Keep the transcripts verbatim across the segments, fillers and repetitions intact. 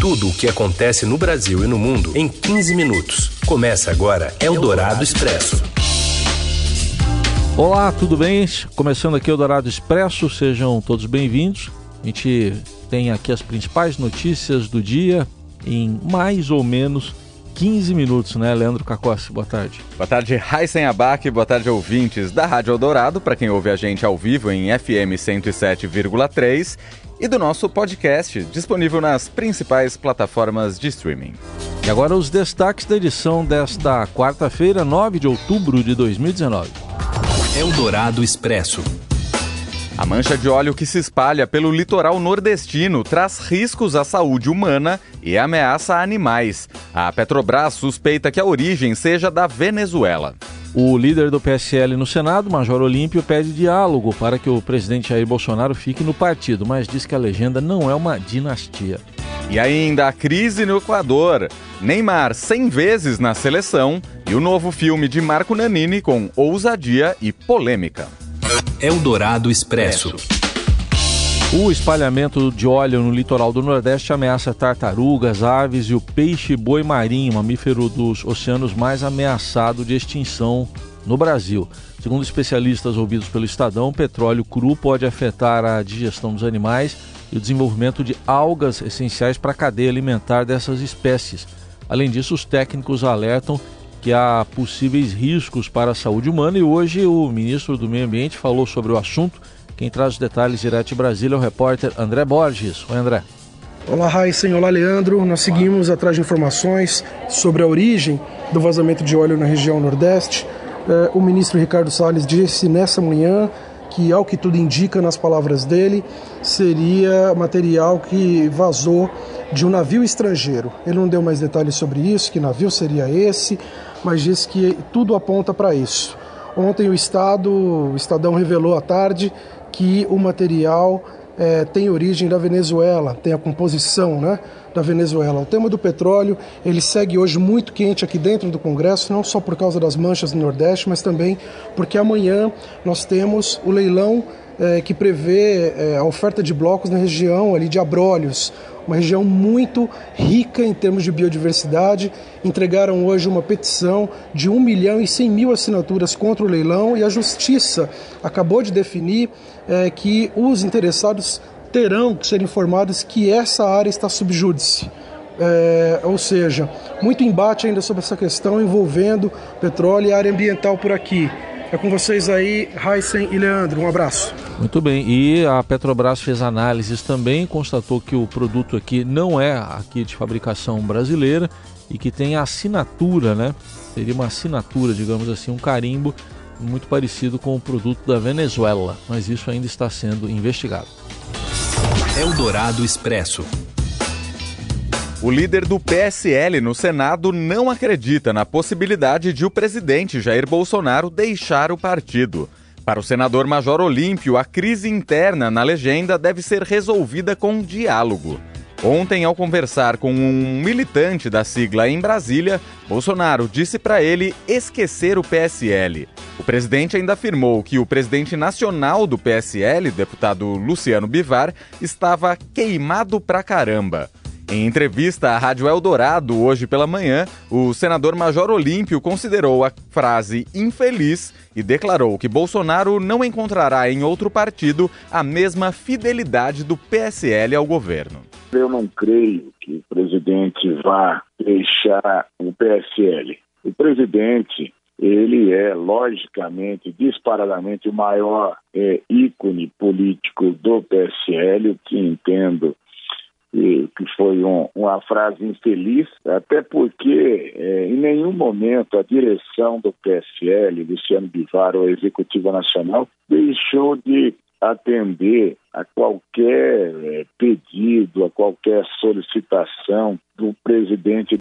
Tudo o que acontece no Brasil e no mundo em quinze minutos. Começa agora Eldorado Expresso. Olá, tudo bem? Começando aqui o Eldorado Expresso, sejam todos bem-vindos. A gente tem aqui as principais notícias do dia em mais ou menos quinze minutos, né, Leandro Cacossi? Boa tarde. Boa tarde, Raíssen Abac, boa tarde, ouvintes da Rádio Eldorado, para quem ouve a gente ao vivo em F M cento e sete vírgula três e do nosso podcast, disponível nas principais plataformas de streaming. E agora os destaques da edição desta quarta-feira, nove de outubro de dois mil e dezenove. Eldorado Expresso. A mancha de óleo que se espalha pelo litoral nordestino traz riscos à saúde humana e ameaça animais. A Petrobras suspeita que a origem seja da Venezuela. O líder do P S L no Senado, Major Olímpio, pede diálogo para que o presidente Jair Bolsonaro fique no partido, mas diz que a legenda não é uma dinastia. E ainda a crise no Equador. Neymar cem vezes na seleção e o novo filme de Marco Nanini com ousadia e polêmica. Eldorado Expresso. O espalhamento de óleo no litoral do Nordeste ameaça tartarugas, aves e o peixe-boi marinho, mamífero dos oceanos mais ameaçado de extinção no Brasil. Segundo especialistas ouvidos pelo Estadão, o petróleo cru pode afetar a digestão dos animais e o desenvolvimento de algas essenciais para a cadeia alimentar dessas espécies. Além disso, os técnicos alertam que há possíveis riscos para a saúde humana e hoje o ministro do Meio Ambiente falou sobre o assunto. Quem traz os detalhes direto de Brasília é o repórter André Borges. Oi, André. Olá, Raíssen. Olá, Leandro. Nós seguimos atrás de informações sobre a origem do vazamento de óleo na região Nordeste. É, o ministro Ricardo Salles disse nessa manhã que, ao que tudo indica nas palavras dele, seria material que vazou de um navio estrangeiro. Ele não deu mais detalhes sobre isso, que navio seria esse, mas disse que tudo aponta para isso. Ontem o Estado, o Estadão revelou à tarde que o material é, tem origem da Venezuela, tem a composição, né, da Venezuela. O tema do petróleo, ele segue hoje muito quente aqui dentro do Congresso, não só por causa das manchas no Nordeste, mas também porque amanhã nós temos o leilão é, que prevê é, a oferta de blocos na região ali de Abrolhos, uma região muito rica em termos de biodiversidade. Entregaram hoje uma petição de um milhão e cem mil assinaturas contra o leilão e a Justiça acabou de definir é, que os interessados terão que ser informados que essa área está sob júdice. É, ou seja, muito embate ainda sobre essa questão envolvendo petróleo e área ambiental por aqui. É com vocês aí, Raíssen e Leandro. Um abraço. Muito bem. E a Petrobras fez análises também, constatou que o produto aqui não é aqui de fabricação brasileira e que tem a assinatura, né? Seria uma assinatura, digamos assim, um carimbo muito parecido com o produto da Venezuela. Mas isso ainda está sendo investigado. Eldorado Expresso. O líder do P S L no Senado não acredita na possibilidade de o presidente Jair Bolsonaro deixar o partido. Para o senador Major Olímpio, a crise interna na legenda deve ser resolvida com diálogo. Ontem, ao conversar com um militante da sigla em Brasília, Bolsonaro disse para ele esquecer o P S L. O presidente ainda afirmou que o presidente nacional do P S L, deputado Luciano Bivar, estava queimado pra caramba. Em entrevista à Rádio Eldorado hoje pela manhã, o senador Major Olímpio considerou a frase infeliz e declarou que Bolsonaro não encontrará em outro partido a mesma fidelidade do P S L ao governo. Eu não creio que o presidente vá deixar o P S L. O presidente, ele é, logicamente, disparadamente o maior é, ícone político do P S L, o que entendo que foi um, uma frase infeliz, até porque é, em nenhum momento a direção do P S L, Luciano Bivar, ou a Executiva Nacional, deixou de atender a qualquer é, pedido, a qualquer solicitação do presidente.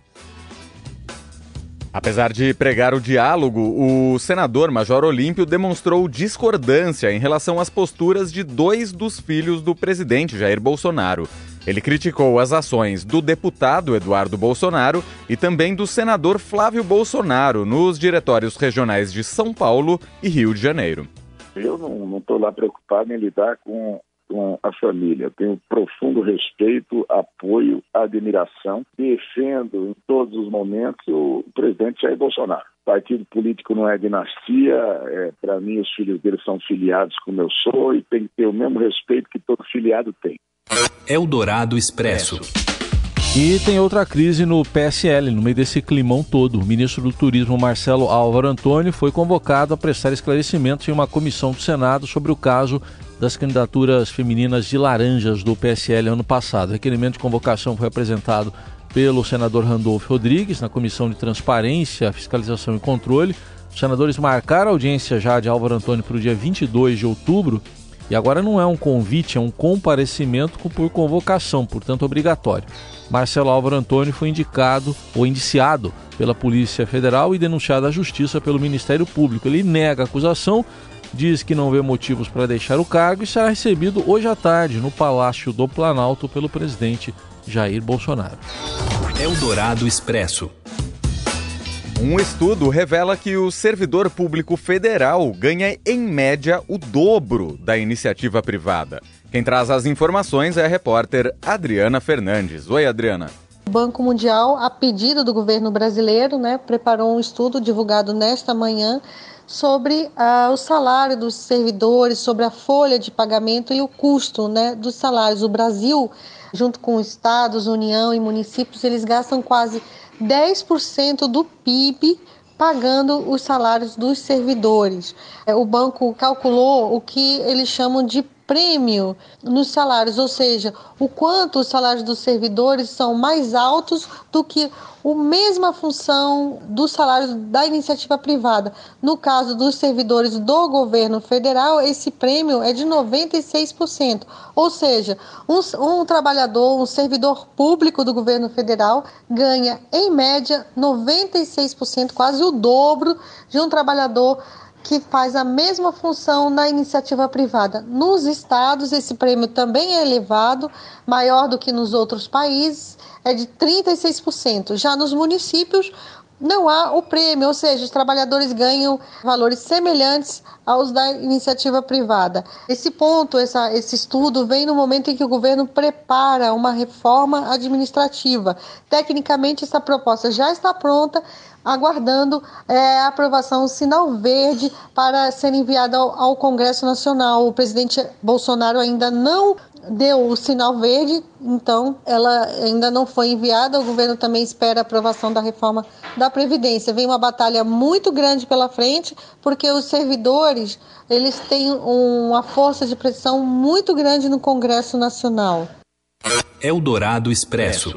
Apesar de pregar o diálogo, o senador Major Olímpio demonstrou discordância em relação às posturas de dois dos filhos do presidente Jair Bolsonaro. Ele criticou as ações do deputado Eduardo Bolsonaro e também do senador Flávio Bolsonaro nos diretórios regionais de São Paulo e Rio de Janeiro. Eu não estou lá preocupado em lidar com com a família. Tenho profundo respeito, apoio, admiração. Defendo em todos os momentos o presidente Jair Bolsonaro. Partido político não é dinastia, é, para mim os filhos dele são filiados como eu sou e tem que ter o mesmo respeito que todo filiado tem. Eldorado Expresso. E tem outra crise no P S L, no meio desse climão todo. O ministro do Turismo, Marcelo Álvaro Antônio, foi convocado a prestar esclarecimentos em uma comissão do Senado sobre o caso das candidaturas femininas de laranjas do P S L ano passado. O requerimento de convocação foi apresentado pelo senador Randolfo Rodrigues na Comissão de Transparência, Fiscalização e Controle. Os senadores marcaram a audiência já de Álvaro Antônio para o dia vinte e dois de outubro. E agora não é um convite, é um comparecimento por convocação, portanto obrigatório. Marcelo Álvaro Antônio foi indicado ou indiciado pela Polícia Federal e denunciado à Justiça pelo Ministério Público. Ele nega a acusação, diz que não vê motivos para deixar o cargo e será recebido hoje à tarde no Palácio do Planalto pelo presidente Jair Bolsonaro. Eldorado Expresso. Um estudo revela que o servidor público federal ganha, em média, o dobro da iniciativa privada. Quem traz as informações é a repórter Adriana Fernandes. Oi, Adriana. O Banco Mundial, a pedido do governo brasileiro, né, preparou um estudo divulgado nesta manhã sobre ah, o salário dos servidores, sobre a folha de pagamento e o custo, né, dos salários. O Brasil, junto com estados, União e municípios, eles gastam quase dez por cento do P I B pagando os salários dos servidores. O banco calculou o que eles chamam de prêmio nos salários, ou seja, o quanto os salários dos servidores são mais altos do que a mesma função dos salários da iniciativa privada. No caso dos servidores do governo federal, esse prêmio é de noventa e seis por cento. Ou seja, um, um trabalhador, um servidor público do governo federal ganha, em média, noventa e seis por cento, quase o dobro de um trabalhador que faz a mesma função na iniciativa privada. Nos estados, esse prêmio também é elevado, maior do que nos outros países, é de trinta e seis por cento. Já nos municípios, não há o prêmio, ou seja, os trabalhadores ganham valores semelhantes aos da iniciativa privada. Esse ponto, essa, esse estudo vem no momento em que o governo prepara uma reforma administrativa. Tecnicamente, essa proposta já está pronta, aguardando é, a aprovação, o sinal verde para ser enviada ao, ao Congresso Nacional. O presidente Bolsonaro ainda não deu o sinal verde, então ela ainda não foi enviada. O governo também espera a aprovação da reforma da Previdência. Vem uma batalha muito grande pela frente, porque os servidores eles têm uma força de pressão muito grande no Congresso Nacional. Eldorado Expresso.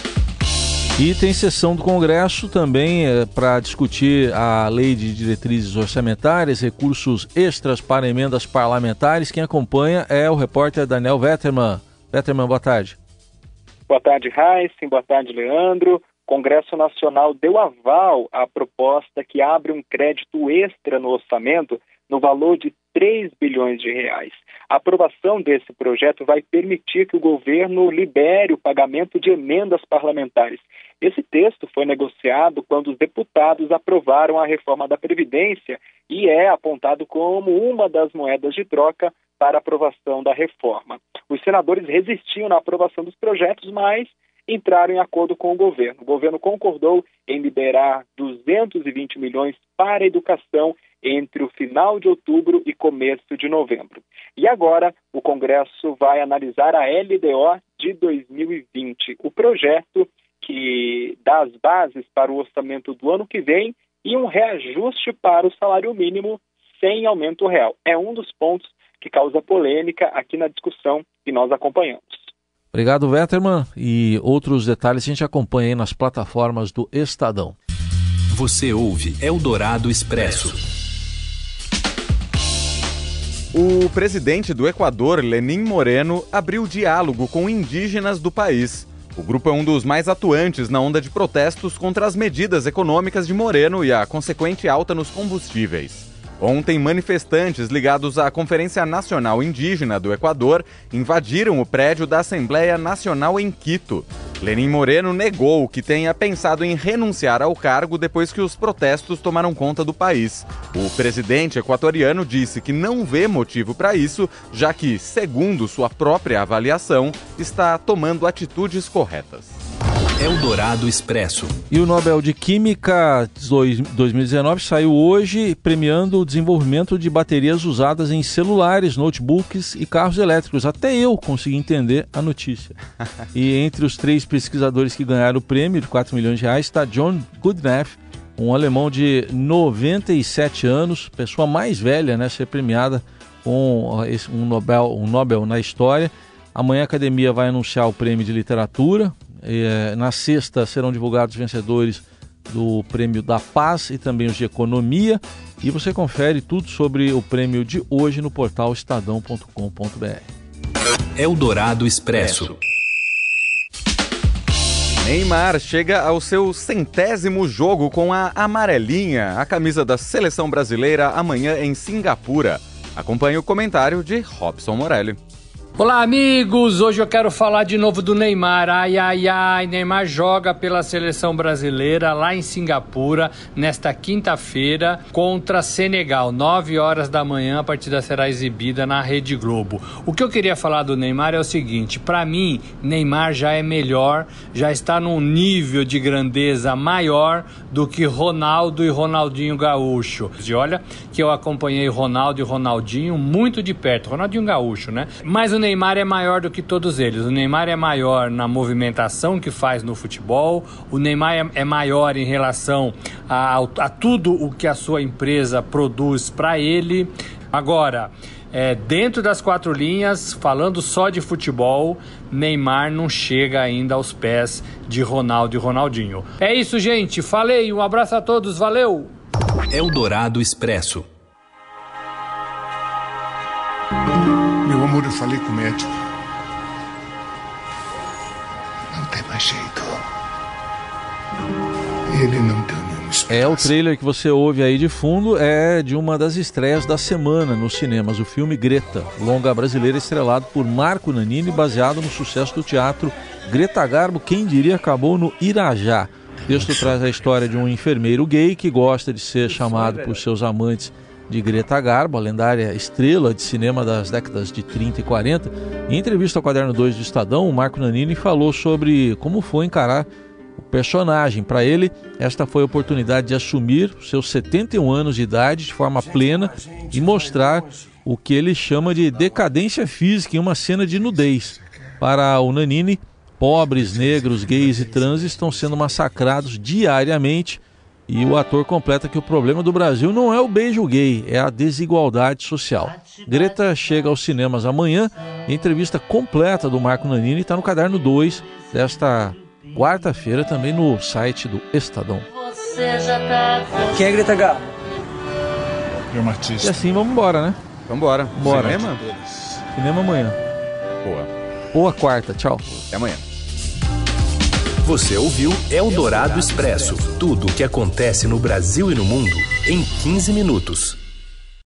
E tem sessão do Congresso também é, para discutir a Lei de Diretrizes Orçamentárias, recursos extras para emendas parlamentares. Quem acompanha é o repórter Daniel Vetterman. Vetterman, boa tarde. Boa tarde, Heisen. Boa tarde, Leandro. O Congresso Nacional deu aval à proposta que abre um crédito extra no orçamento no valor de três bilhões de reais. A aprovação desse projeto vai permitir que o governo libere o pagamento de emendas parlamentares. Esse texto foi negociado quando os deputados aprovaram a reforma da Previdência e é apontado como uma das moedas de troca para a aprovação da reforma. Os senadores resistiam na aprovação dos projetos, mas entraram em acordo com o governo. O governo concordou em liberar duzentos e vinte milhões para a educação entre o final de outubro e começo de novembro. E agora o Congresso vai analisar a L D O de dois mil e vinte, o projeto que dá as bases para o orçamento do ano que vem e um reajuste para o salário mínimo sem aumento real. É um dos pontos que causa polêmica aqui na discussão que nós acompanhamos. Obrigado, Vetterman. E outros detalhes a gente acompanha aí nas plataformas do Estadão. Você ouve Eldorado Expresso. O presidente do Equador, Lenín Moreno, abriu diálogo com indígenas do país. O grupo é um dos mais atuantes na onda de protestos contra as medidas econômicas de Moreno e a consequente alta nos combustíveis. Ontem, manifestantes ligados à Conferência Nacional Indígena do Equador invadiram o prédio da Assembleia Nacional em Quito. Lenín Moreno negou que tenha pensado em renunciar ao cargo depois que os protestos tomaram conta do país. O presidente equatoriano disse que não vê motivo para isso, já que, segundo sua própria avaliação, está tomando atitudes corretas. Eldorado Expresso. E o Nobel de Química dois mil e dezenove saiu hoje premiando o desenvolvimento de baterias usadas em celulares, notebooks e carros elétricos. Até eu consegui entender a notícia. E entre os três pesquisadores que ganharam o prêmio de quatro milhões de reais está John Goodenough, um alemão de noventa e sete anos, pessoa mais velha, né, ser premiada com um Nobel, um Nobel na história. Amanhã a Academia vai anunciar o prêmio de literatura. É, na sexta serão divulgados os vencedores do Prêmio da Paz e também os de Economia. E você confere tudo sobre o prêmio de hoje no portal estadão ponto com ponto b r. Eldorado Expresso. Neymar chega ao seu centésimo jogo com a amarelinha, a camisa da seleção brasileira, amanhã em Singapura. Acompanhe o comentário de Robson Morelli. Olá, amigos! Hoje eu quero falar de novo do Neymar. Ai, ai, ai, Neymar joga pela seleção brasileira lá em Singapura nesta quinta-feira contra Senegal, nove horas da manhã. A partida será exibida na Rede Globo. O que eu queria falar do Neymar é o seguinte: para mim, Neymar já é melhor, já está num nível de grandeza maior do que Ronaldo e Ronaldinho Gaúcho. E olha que eu acompanhei Ronaldo e Ronaldinho muito de perto, Ronaldinho Gaúcho, né? Mas o Neymar é maior do que todos eles. O Neymar é maior na movimentação que faz no futebol, o Neymar é, é maior em relação a, a tudo o que a sua empresa produz para ele. Agora, é, dentro das quatro linhas, falando só de futebol, Neymar não chega ainda aos pés de Ronaldo e Ronaldinho. É isso, gente. Falei, um abraço a todos, valeu! Eldorado Expresso. Meu amor, eu falei com o médico. Não tem mais jeito. Ele não deu nenhuma esperança. É, o trailer que você ouve aí de fundo é de uma das estreias da semana nos cinemas, o filme Greta, longa brasileira estrelado por Marco Nanini, baseado no sucesso do teatro Greta Garbo, quem diria, acabou no Irajá. O texto traz a história de um enfermeiro gay que gosta de ser chamado por seus amantes de Greta Garbo, a lendária estrela de cinema das décadas de trinta e quarenta. Em entrevista ao Caderno dois do Estadão, o Marco Nanini falou sobre como foi encarar o personagem. Para ele, esta foi a oportunidade de assumir seus setenta e um anos de idade de forma plena e mostrar o que ele chama de decadência física em uma cena de nudez. Para o Nanini, pobres, negros, gays e trans estão sendo massacrados diariamente. E o ator completa que o problema do Brasil não é o beijo gay, é a desigualdade social. Greta chega aos cinemas amanhã. A entrevista completa do Marco Nanini está no Caderno dois desta quarta-feira, também no site do Estadão. Quem é Greta Garbo? Meu artista. E assim vamos embora, né? Vamos embora. Bora. Cinema? Cinema amanhã. Boa. Boa quarta, tchau. Até amanhã. Você ouviu Eldorado Expresso. Tudo o que acontece no Brasil e no mundo em quinze minutos.